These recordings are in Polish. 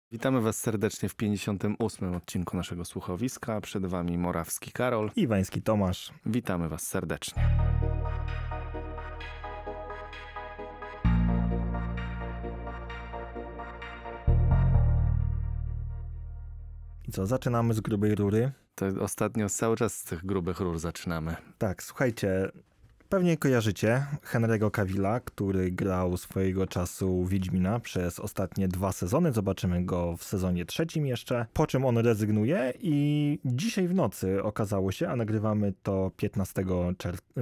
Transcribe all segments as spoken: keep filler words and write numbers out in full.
Witamy Was serdecznie w pięćdziesiątym ósmym odcinku naszego słuchowiska. Przed Wami Morawski Karol i Wański Tomasz. Witamy Was serdecznie. I co, zaczynamy z grubej rury? To ostatnio cały czas z tych grubych rur zaczynamy. Tak, słuchajcie, pewnie kojarzycie Henry'ego Cavilla, który grał swojego czasu Wiedźmina przez ostatnie dwa sezony. Zobaczymy go w sezonie trzecim jeszcze, po czym on rezygnuje i dzisiaj w nocy okazało się, a nagrywamy to piętnastego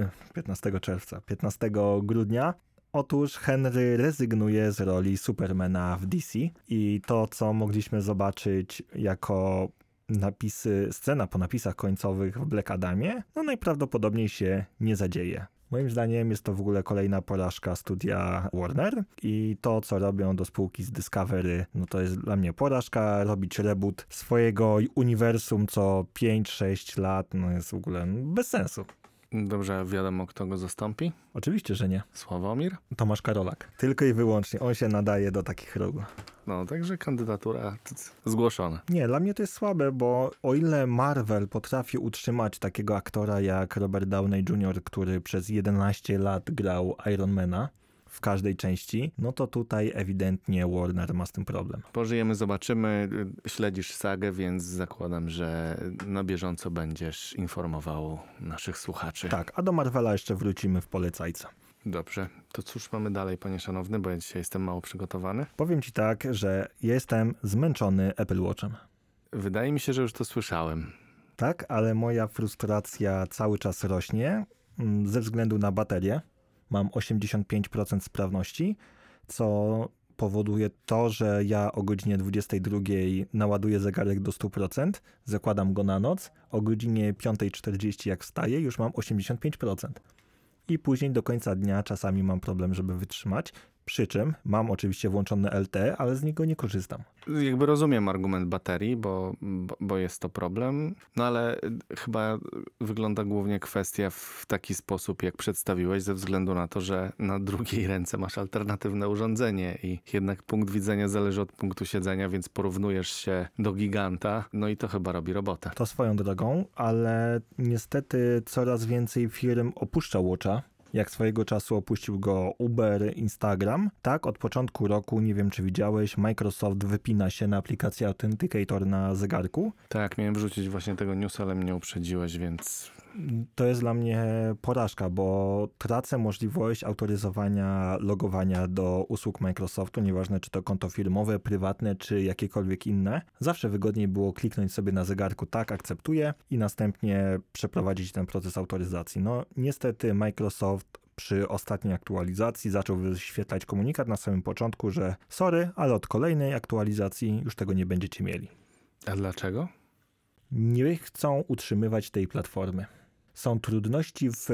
czerwca, piętnastego grudnia, otóż Henry rezygnuje z roli Supermana w D C i to, co mogliśmy zobaczyć jako napisy, scena po napisach końcowych w Black Adamie, no najprawdopodobniej się nie zadzieje. Moim zdaniem jest to w ogóle kolejna porażka studia Warner i to, co robią do spółki z Discovery, no to jest dla mnie porażka. Robić reboot swojego uniwersum co pięć sześć lat, no jest w ogóle bez sensu. Dobrze, wiadomo, kto go zastąpi? Oczywiście, że nie. Sławomir? Tomasz Karolak. Tylko i wyłącznie. On się nadaje do takich ról. No, także kandydatura zgłoszona. Nie, dla mnie to jest słabe, bo o ile Marvel potrafi utrzymać takiego aktora jak Robert Downey junior, który przez jedenaście lat grał Ironmana w każdej części, no to tutaj ewidentnie Warner ma z tym problem. Pożyjemy, zobaczymy. Śledzisz sagę, więc zakładam, że na bieżąco będziesz informował naszych słuchaczy. Tak, a do Marvela jeszcze wrócimy w polecajce. Dobrze, to cóż mamy dalej, panie szanowny, bo ja dzisiaj jestem mało przygotowany. Powiem ci tak, że jestem zmęczony Apple Watchem. Wydaje mi się, że już to słyszałem. Tak, ale moja frustracja cały czas rośnie ze względu na baterię. Mam osiemdziesiąt pięć procent sprawności, co powoduje to, że ja o godzinie dwudziestej drugiej naładuję zegarek do stu procent, zakładam go na noc, o godzinie piątej czterdzieści jak wstaję, już mam osiemdziesiąt pięć procent. I później do końca dnia czasami mam problem, żeby wytrzymać, przy czym mam oczywiście włączone L T E, ale z niego nie korzystam. Jakby rozumiem argument baterii, bo, bo, bo jest to problem, no ale chyba wygląda głównie kwestia w taki sposób, jak przedstawiłeś, ze względu na to, że na drugiej ręce masz alternatywne urządzenie i jednak punkt widzenia zależy od punktu siedzenia, więc porównujesz się do giganta, no i to chyba robi robotę. To swoją drogą, ale niestety coraz więcej firm opuszcza Watcha. Jak swojego czasu opuścił go Uber, Instagram. Tak, od początku roku, nie wiem czy widziałeś, Microsoft wypina się na aplikację Authenticator na zegarku. Tak, miałem wrzucić właśnie tego newsa, ale mnie uprzedziłeś, więc... To jest dla mnie porażka, bo tracę możliwość autoryzowania, logowania do usług Microsoftu, nieważne czy to konto firmowe, prywatne, czy jakiekolwiek inne. Zawsze wygodniej było kliknąć sobie na zegarku tak, akceptuję i następnie przeprowadzić ten proces autoryzacji. No niestety Microsoft przy ostatniej aktualizacji zaczął wyświetlać komunikat na samym początku, że sorry, ale od kolejnej aktualizacji już tego nie będziecie mieli. A dlaczego? Nie chcą utrzymywać tej platformy. Są trudności w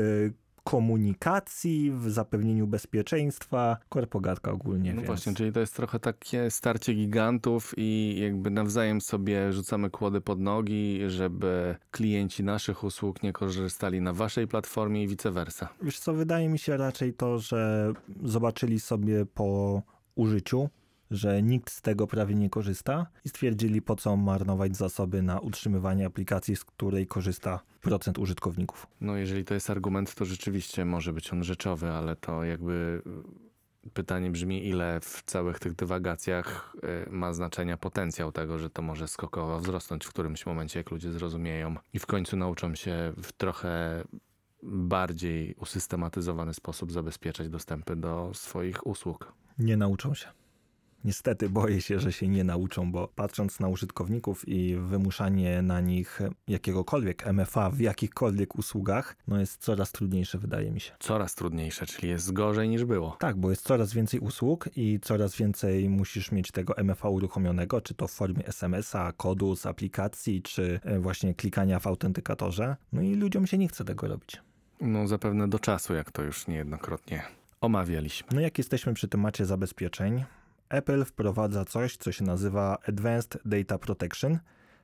komunikacji, w zapewnieniu bezpieczeństwa, korpogatka ogólnie. No więc... właśnie, czyli to jest trochę takie starcie gigantów i jakby nawzajem sobie rzucamy kłody pod nogi, żeby klienci naszych usług nie korzystali na waszej platformie i vice versa. Wiesz co, wydaje mi się raczej to, że zobaczyli sobie po użyciu, że nikt z tego prawie nie korzysta i stwierdzili, po co marnować zasoby na utrzymywanie aplikacji, z której korzysta procent użytkowników. No jeżeli to jest argument, to rzeczywiście może być on rzeczowy, ale to jakby pytanie brzmi, ile w całych tych dywagacjach ma znaczenia potencjał tego, że to może skokowo wzrosnąć w którymś momencie, jak ludzie zrozumieją i w końcu nauczą się w trochę bardziej usystematyzowany sposób zabezpieczać dostępy do swoich usług. Nie nauczą się. Niestety boję się, że się nie nauczą, bo patrząc na użytkowników i wymuszanie na nich jakiegokolwiek M F A w jakichkolwiek usługach, no jest coraz trudniejsze, wydaje mi się. Coraz trudniejsze, czyli jest gorzej niż było. Tak, bo jest coraz więcej usług i coraz więcej musisz mieć tego M F A uruchomionego, czy to w formie S M S a, kodu z aplikacji, czy właśnie klikania w autentykatorze. No i ludziom się nie chce tego robić. No zapewne do czasu, jak to już niejednokrotnie omawialiśmy. No jak jesteśmy przy temacie zabezpieczeń, Apple wprowadza coś, co się nazywa Advanced Data Protection.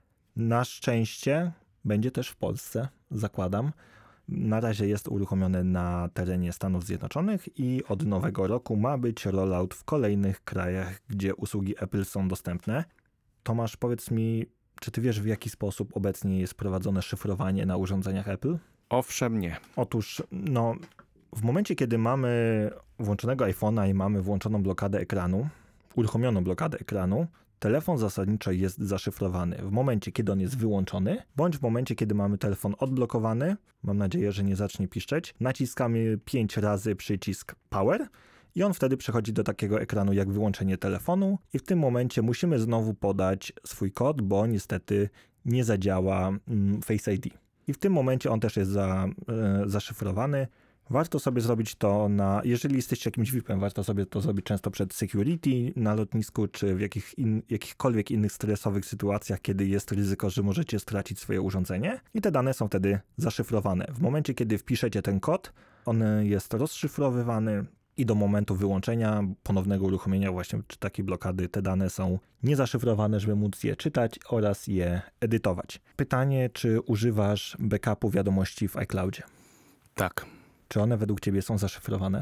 Na szczęście będzie też w Polsce, zakładam. Na razie jest uruchomiony na terenie Stanów Zjednoczonych i od nowego roku ma być rollout w kolejnych krajach, gdzie usługi Apple są dostępne. Tomasz, powiedz mi, czy ty wiesz, w jaki sposób obecnie jest prowadzone szyfrowanie na urządzeniach Apple? Owszem, nie. Otóż, no, w momencie, kiedy mamy włączonego iPhone'a i mamy włączoną blokadę ekranu, uruchomioną blokadę ekranu, telefon zasadniczo jest zaszyfrowany. W momencie, kiedy on jest wyłączony, bądź w momencie, kiedy mamy telefon odblokowany, mam nadzieję, że nie zacznie piszczeć, naciskamy pięć razy przycisk Power i on wtedy przechodzi do takiego ekranu jak wyłączenie telefonu i w tym momencie musimy znowu podać swój kod, bo niestety nie zadziała mm, Face I D. I w tym momencie on też jest za, e, zaszyfrowany. Warto sobie zrobić to na, jeżeli jesteście jakimś V I P-em, warto sobie to zrobić często przed security na lotnisku, czy w jakich in, jakichkolwiek innych stresowych sytuacjach, kiedy jest ryzyko, że możecie stracić swoje urządzenie i te dane są wtedy zaszyfrowane. W momencie, kiedy wpiszecie ten kod, on jest rozszyfrowywany i do momentu wyłączenia, ponownego uruchomienia właśnie czy takiej blokady, te dane są niezaszyfrowane, żeby móc je czytać oraz je edytować. Pytanie, czy używasz backupu wiadomości w iCloudzie? Tak. Czy one według ciebie są zaszyfrowane?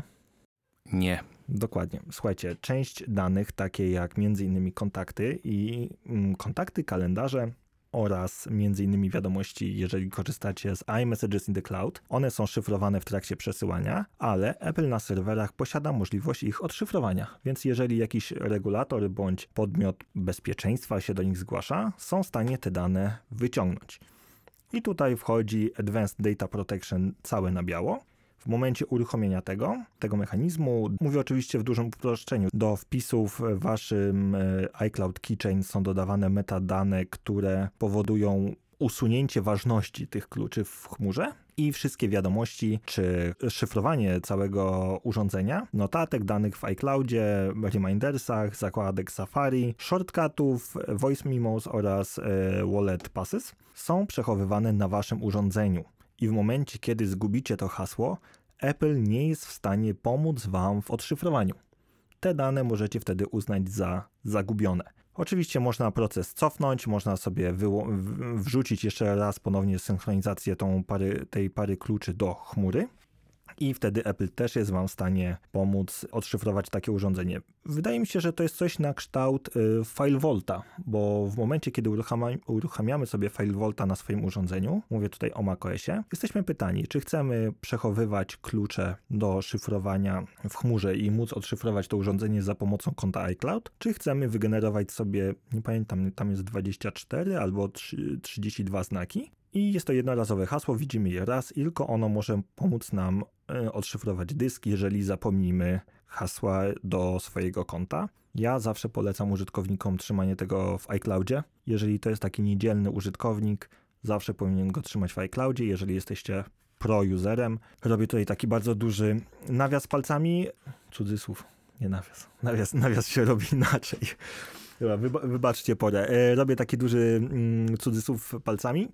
Nie. Dokładnie. Słuchajcie, część danych, takie jak między innymi kontakty i mm, kontakty, kalendarze oraz między innymi wiadomości, jeżeli korzystacie z iMessages in the Cloud, one są szyfrowane w trakcie przesyłania, ale Apple na serwerach posiada możliwość ich odszyfrowania, więc jeżeli jakiś regulator bądź podmiot bezpieczeństwa się do nich zgłasza, są w stanie te dane wyciągnąć. I tutaj wchodzi Advanced Data Protection całe na biało. W momencie uruchomienia tego, tego mechanizmu, mówię oczywiście w dużym uproszczeniu, do wpisów w waszym iCloud Keychain są dodawane metadane, które powodują usunięcie ważności tych kluczy w chmurze i wszystkie wiadomości czy szyfrowanie całego urządzenia, notatek, danych w iCloudzie, remindersach, zakładek Safari, shortcutów, voice memos oraz wallet passes są przechowywane na waszym urządzeniu. I w momencie, kiedy zgubicie to hasło, Apple nie jest w stanie pomóc wam w odszyfrowaniu. Te dane możecie wtedy uznać za zagubione. Oczywiście można proces cofnąć, można sobie wyło- w- wrzucić jeszcze raz ponownie synchronizację tą pary, tej pary kluczy do chmury i wtedy Apple też jest wam w stanie pomóc odszyfrować takie urządzenie. Wydaje mi się, że to jest coś na kształt y, FileVaulta, bo w momencie, kiedy uruchamiamy, uruchamiamy sobie FileVaulta na swoim urządzeniu, mówię tutaj o macOSie, jesteśmy pytani, czy chcemy przechowywać klucze do szyfrowania w chmurze i móc odszyfrować to urządzenie za pomocą konta iCloud, czy chcemy wygenerować sobie, nie pamiętam, tam jest dwadzieścia cztery albo trzydzieści dwa znaki, i jest to jednorazowe hasło, widzimy je raz i tylko ono może pomóc nam y, odszyfrować dysk, jeżeli zapomnimy hasła do swojego konta. Ja zawsze polecam użytkownikom trzymanie tego w iCloudzie. Jeżeli to jest taki niedzielny użytkownik, zawsze powinien go trzymać w iCloudzie. Jeżeli jesteście pro-userem, robię tutaj taki bardzo duży nawias palcami, cudzysłów, nie nawias, nawias, nawias się robi inaczej. Chyba, wyba- wybaczcie porę. E, robię taki duży mm, cudzysłów palcami.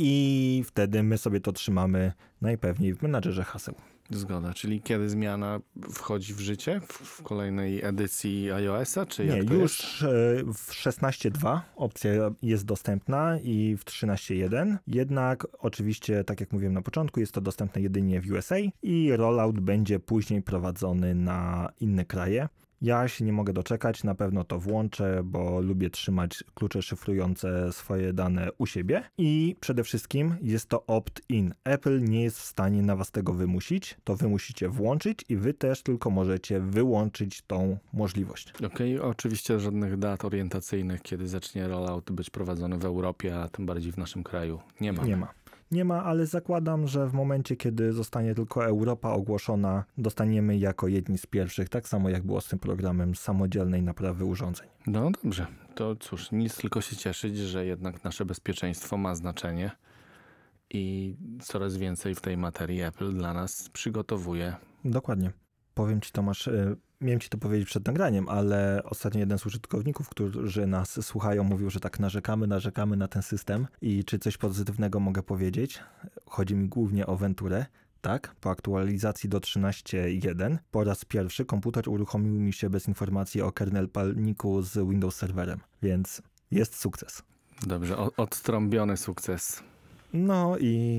I wtedy my sobie to trzymamy najpewniej w menadżerze haseł. Zgoda. Czyli kiedy zmiana wchodzi w życie? W, w kolejnej edycji iOS-a? Czy Nie, jak to już jest? w szesnaście dwa opcja jest dostępna i w trzynaście jeden. Jednak oczywiście, tak jak mówiłem na początku, jest to dostępne jedynie w U S A i rollout będzie później prowadzony na inne kraje. Ja się nie mogę doczekać, na pewno to włączę, bo lubię trzymać klucze szyfrujące swoje dane u siebie i przede wszystkim jest to opt-in. Apple nie jest w stanie na was tego wymusić, to wy musicie włączyć i wy też tylko możecie wyłączyć tą możliwość. Okej, okay, oczywiście żadnych dat orientacyjnych, kiedy zacznie rollout być prowadzony w Europie, a tym bardziej w naszym kraju. Nie ma. Nie ma. Nie ma, ale zakładam, że w momencie, kiedy zostanie tylko Europa ogłoszona, dostaniemy jako jedni z pierwszych, tak samo jak było z tym programem samodzielnej naprawy urządzeń. No dobrze, to cóż, nic tylko się cieszyć, że jednak nasze bezpieczeństwo ma znaczenie i coraz więcej w tej materii Apple dla nas przygotowuje. Dokładnie. Powiem ci, Tomasz, miałem ci to powiedzieć przed nagraniem, ale ostatnio jeden z użytkowników, którzy nas słuchają, mówił, że tak narzekamy, narzekamy na ten system i czy coś pozytywnego mogę powiedzieć? Chodzi mi głównie o Venturę. Tak, po aktualizacji do trzynaście jeden po raz pierwszy komputer uruchomił mi się bez informacji o kernel palniku z Windows Serverem, więc jest sukces. Dobrze, o- odtrąbiony sukces. No i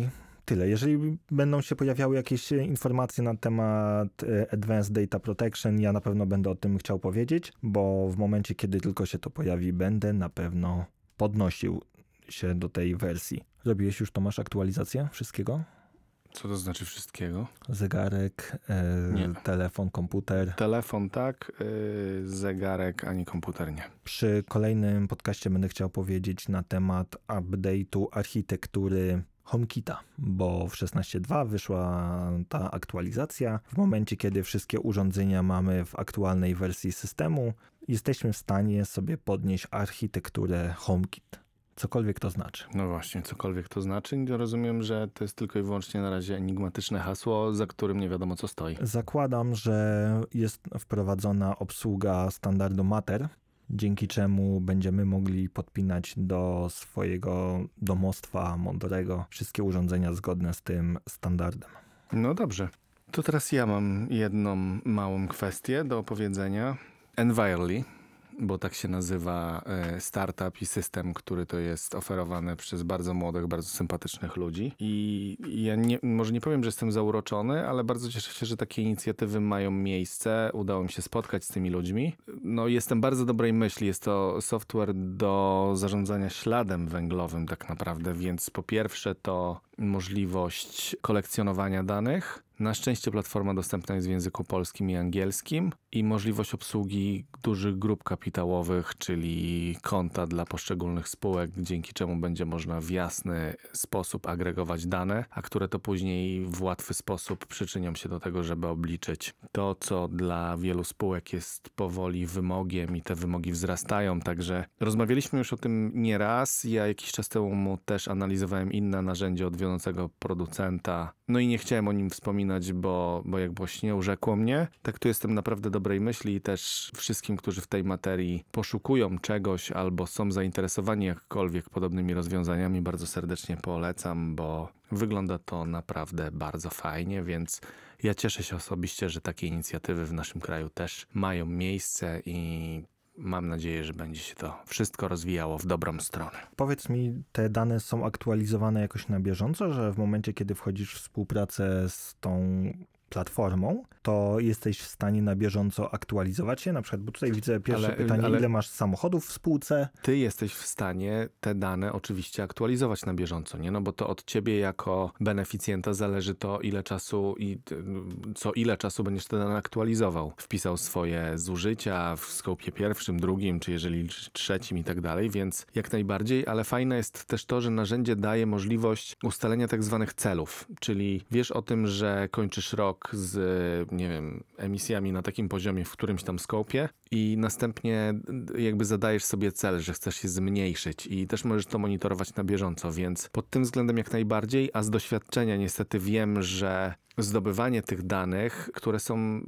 tyle. Jeżeli będą się pojawiały jakieś informacje na temat e, Advanced Data Protection, ja na pewno będę o tym chciał powiedzieć, bo w momencie, kiedy tylko się to pojawi, będę na pewno podnosił się do tej wersji. Robiłeś już, Tomasz, aktualizację wszystkiego? Co to znaczy wszystkiego? Zegarek, e, Nie. telefon, komputer. Telefon tak, yy, zegarek ani komputer nie. Przy kolejnym podcaście będę chciał powiedzieć na temat update'u architektury HomeKita, bo w szesnaście dwa wyszła ta aktualizacja. W momencie, kiedy wszystkie urządzenia mamy w aktualnej wersji systemu, jesteśmy w stanie sobie podnieść architekturę HomeKit. Cokolwiek to znaczy. No właśnie, cokolwiek to znaczy. Rozumiem, że to jest tylko i wyłącznie na razie enigmatyczne hasło, za którym nie wiadomo co stoi. Zakładam, że jest wprowadzona obsługa standardu Matter, dzięki czemu będziemy mogli podpinać do swojego domostwa mądrego wszystkie urządzenia zgodne z tym standardem. No dobrze. To teraz ja mam jedną małą kwestię do opowiedzenia. Envirely, bo tak się nazywa startup i system, który to jest oferowany przez bardzo młodych, bardzo sympatycznych ludzi. I ja nie, może nie powiem, że jestem zauroczony, ale bardzo cieszę się, że takie inicjatywy mają miejsce. Udało mi się spotkać z tymi ludźmi. No jestem bardzo dobrej myśli. Jest to software do zarządzania śladem węglowym tak naprawdę, więc po pierwsze to możliwość kolekcjonowania danych. Na szczęście platforma dostępna jest w języku polskim i angielskim i możliwość obsługi dużych grup kapitałowych, czyli konta dla poszczególnych spółek, dzięki czemu będzie można w jasny sposób agregować dane, a które to później w łatwy sposób przyczynią się do tego, żeby obliczyć to, co dla wielu spółek jest powoli wymogiem i te wymogi wzrastają. Także rozmawialiśmy już o tym nieraz. Ja jakiś czas temu też analizowałem inne narzędzie od wiodącego producenta. No i nie chciałem o nim wspominać, bo, bo jak właśnie urzekło mnie. Tak tu jestem naprawdę dobrej myśli i też wszystkim, którzy w tej materii poszukują czegoś albo są zainteresowani jakkolwiek podobnymi rozwiązaniami, bardzo serdecznie polecam, bo wygląda to naprawdę bardzo fajnie, więc ja cieszę się osobiście, że takie inicjatywy w naszym kraju też mają miejsce i mam nadzieję, że będzie się to wszystko rozwijało w dobrą stronę. Powiedz mi, te dane są aktualizowane jakoś na bieżąco, że w momencie, kiedy wchodzisz w współpracę z tą platformą, to jesteś w stanie na bieżąco aktualizować je? Na przykład, bo tutaj widzę pierwsze Ale- pytanie, ale- ile masz samochodów w spółce? Ty jesteś w stanie te dane oczywiście aktualizować na bieżąco, nie? No bo to od ciebie jako beneficjenta zależy to, ile czasu i co ile czasu będziesz te dane aktualizował. Wpisał swoje zużycia w skopie pierwszym, drugim, czy jeżeli trzecim i tak dalej, więc jak najbardziej, ale fajne jest też to, że narzędzie daje możliwość ustalenia tak zwanych celów, czyli wiesz o tym, że kończysz rok z, nie wiem, emisjami na takim poziomie w którymś tam skopie i następnie jakby zadajesz sobie cel, że chcesz je zmniejszyć i też możesz to monitorować na bieżąco, więc pod tym względem jak najbardziej, a z doświadczenia niestety wiem, że zdobywanie tych danych, które są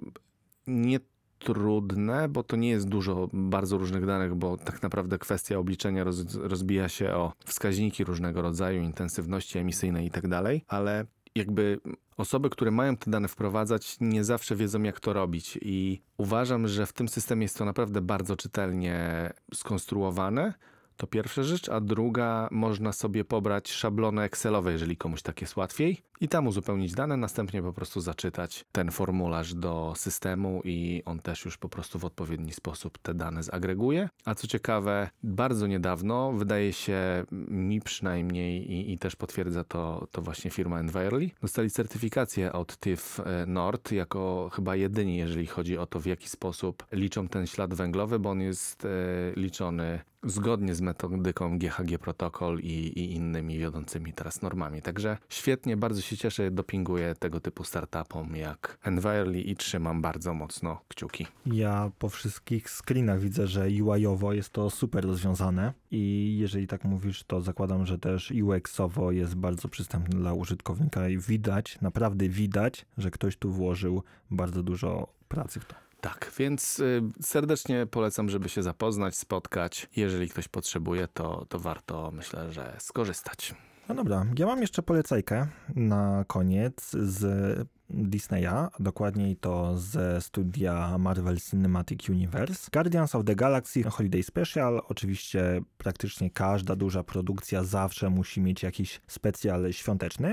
nie trudne, bo to nie jest dużo bardzo różnych danych, bo tak naprawdę kwestia obliczenia roz, rozbija się o wskaźniki różnego rodzaju, intensywności emisyjnej i tak dalej, ale jakby osoby, które mają te dane wprowadzać, nie zawsze wiedzą, jak to robić i uważam, że w tym systemie jest to naprawdę bardzo czytelnie skonstruowane. To pierwsza rzecz, a druga, można sobie pobrać szablony Excelowe, jeżeli komuś tak jest łatwiej i tam uzupełnić dane, następnie po prostu zaczytać ten formularz do systemu i on też już po prostu w odpowiedni sposób te dane zagreguje. A co ciekawe, bardzo niedawno, wydaje się mi przynajmniej i, i też potwierdza to, to właśnie firma Envirely, dostali certyfikację od T I F Nord jako chyba jedyni, jeżeli chodzi o to, w jaki sposób liczą ten ślad węglowy, bo on jest e, liczony zgodnie z metodyką G H G Protocol i, i innymi wiodącymi teraz normami. Także świetnie, bardzo się cieszę, dopinguję tego typu startupom jak Envirely i trzymam bardzo mocno kciuki. Ja po wszystkich screenach widzę, że U I-owo jest to super rozwiązane i jeżeli tak mówisz, to zakładam, że też U X-owo jest bardzo przystępny dla użytkownika i widać, naprawdę widać, że ktoś tu włożył bardzo dużo pracy w to. Tak, więc y, serdecznie polecam, żeby się zapoznać, spotkać. Jeżeli ktoś potrzebuje, to, to warto, myślę, że skorzystać. No dobra, ja mam jeszcze polecajkę na koniec z Disneya, dokładniej to ze studia Marvel Cinematic Universe. Guardians of the Galaxy Holiday Special, oczywiście praktycznie każda duża produkcja zawsze musi mieć jakiś specjal świąteczny. W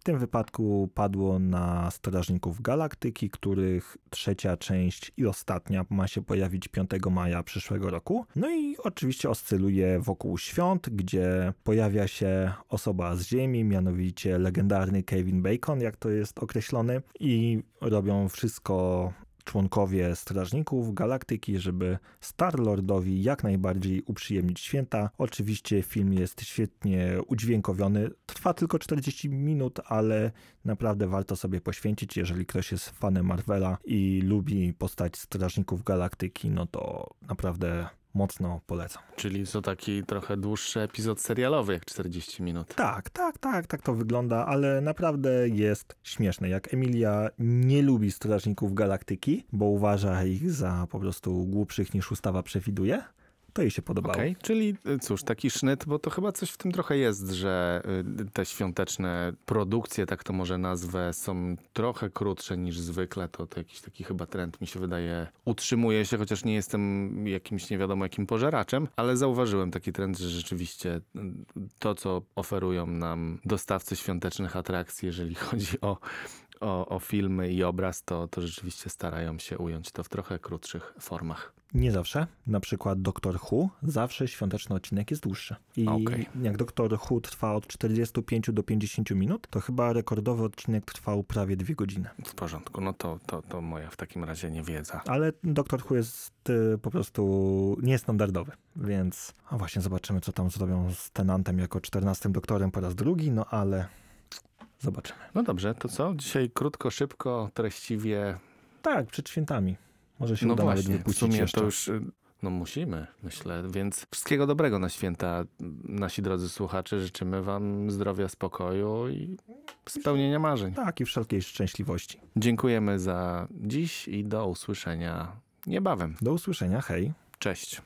W tym wypadku padło na Strażników Galaktyki, których trzecia część i ostatnia ma się pojawić piątego maja przyszłego roku. No i oczywiście oscyluje wokół świąt, gdzie pojawia się osoba z Ziemi, mianowicie legendarny Kevin Bacon, jak to jest określony, i robią wszystko członkowie Strażników Galaktyki, żeby Star-Lordowi jak najbardziej uprzyjemnić święta. Oczywiście film jest świetnie udźwiękowiony. Trwa tylko czterdzieści minut, ale naprawdę warto sobie poświęcić. Jeżeli ktoś jest fanem Marvela i lubi postać Strażników Galaktyki, no to naprawdę mocno polecam. Czyli to taki trochę dłuższy epizod serialowy, jak czterdzieści minut. Tak, tak, tak, tak to wygląda, ale naprawdę jest śmieszne. Jak Emilia nie lubi Strażników Galaktyki, bo uważa ich za po prostu głupszych niż ustawa przewiduje, to jej się podobało. Okej, czyli cóż, taki sznyt, bo to chyba coś w tym trochę jest, że y, te świąteczne produkcje, tak to może nazwę, są trochę krótsze niż zwykle. To, to jakiś taki chyba trend, mi się wydaje, utrzymuje się, chociaż nie jestem jakimś nie wiadomo jakim pożeraczem, ale zauważyłem taki trend, że rzeczywiście to, co oferują nam dostawcy świątecznych atrakcji, jeżeli chodzi o O, o filmy i obraz, to, to rzeczywiście starają się ująć to w trochę krótszych formach. Nie zawsze. Na przykład Doktor Who, zawsze świąteczny odcinek jest dłuższy. I Okej. jak Doktor Who trwa od czterdziestu pięciu do pięćdziesięciu minut, to chyba rekordowy odcinek trwał prawie dwie godziny. W porządku, no to, to, to moja w takim razie niewiedza. Ale Doktor Who jest y, po prostu niestandardowy, więc a właśnie zobaczymy, co tam zrobią z Tenantem jako czternastym doktorem po raz drugi, no ale zobaczymy. No dobrze, to co? Dzisiaj krótko, szybko, treściwie. Tak, przed świętami. Może się No uda właśnie, nawet w wypuścić sumie jeszcze. to już, y, no musimy, myślę. Więc wszystkiego dobrego na święta, nasi drodzy słuchacze. Życzymy wam zdrowia, spokoju i spełnienia marzeń. Tak, i wszelkiej szczęśliwości. Dziękujemy za dziś i do usłyszenia niebawem. Do usłyszenia, hej. Cześć.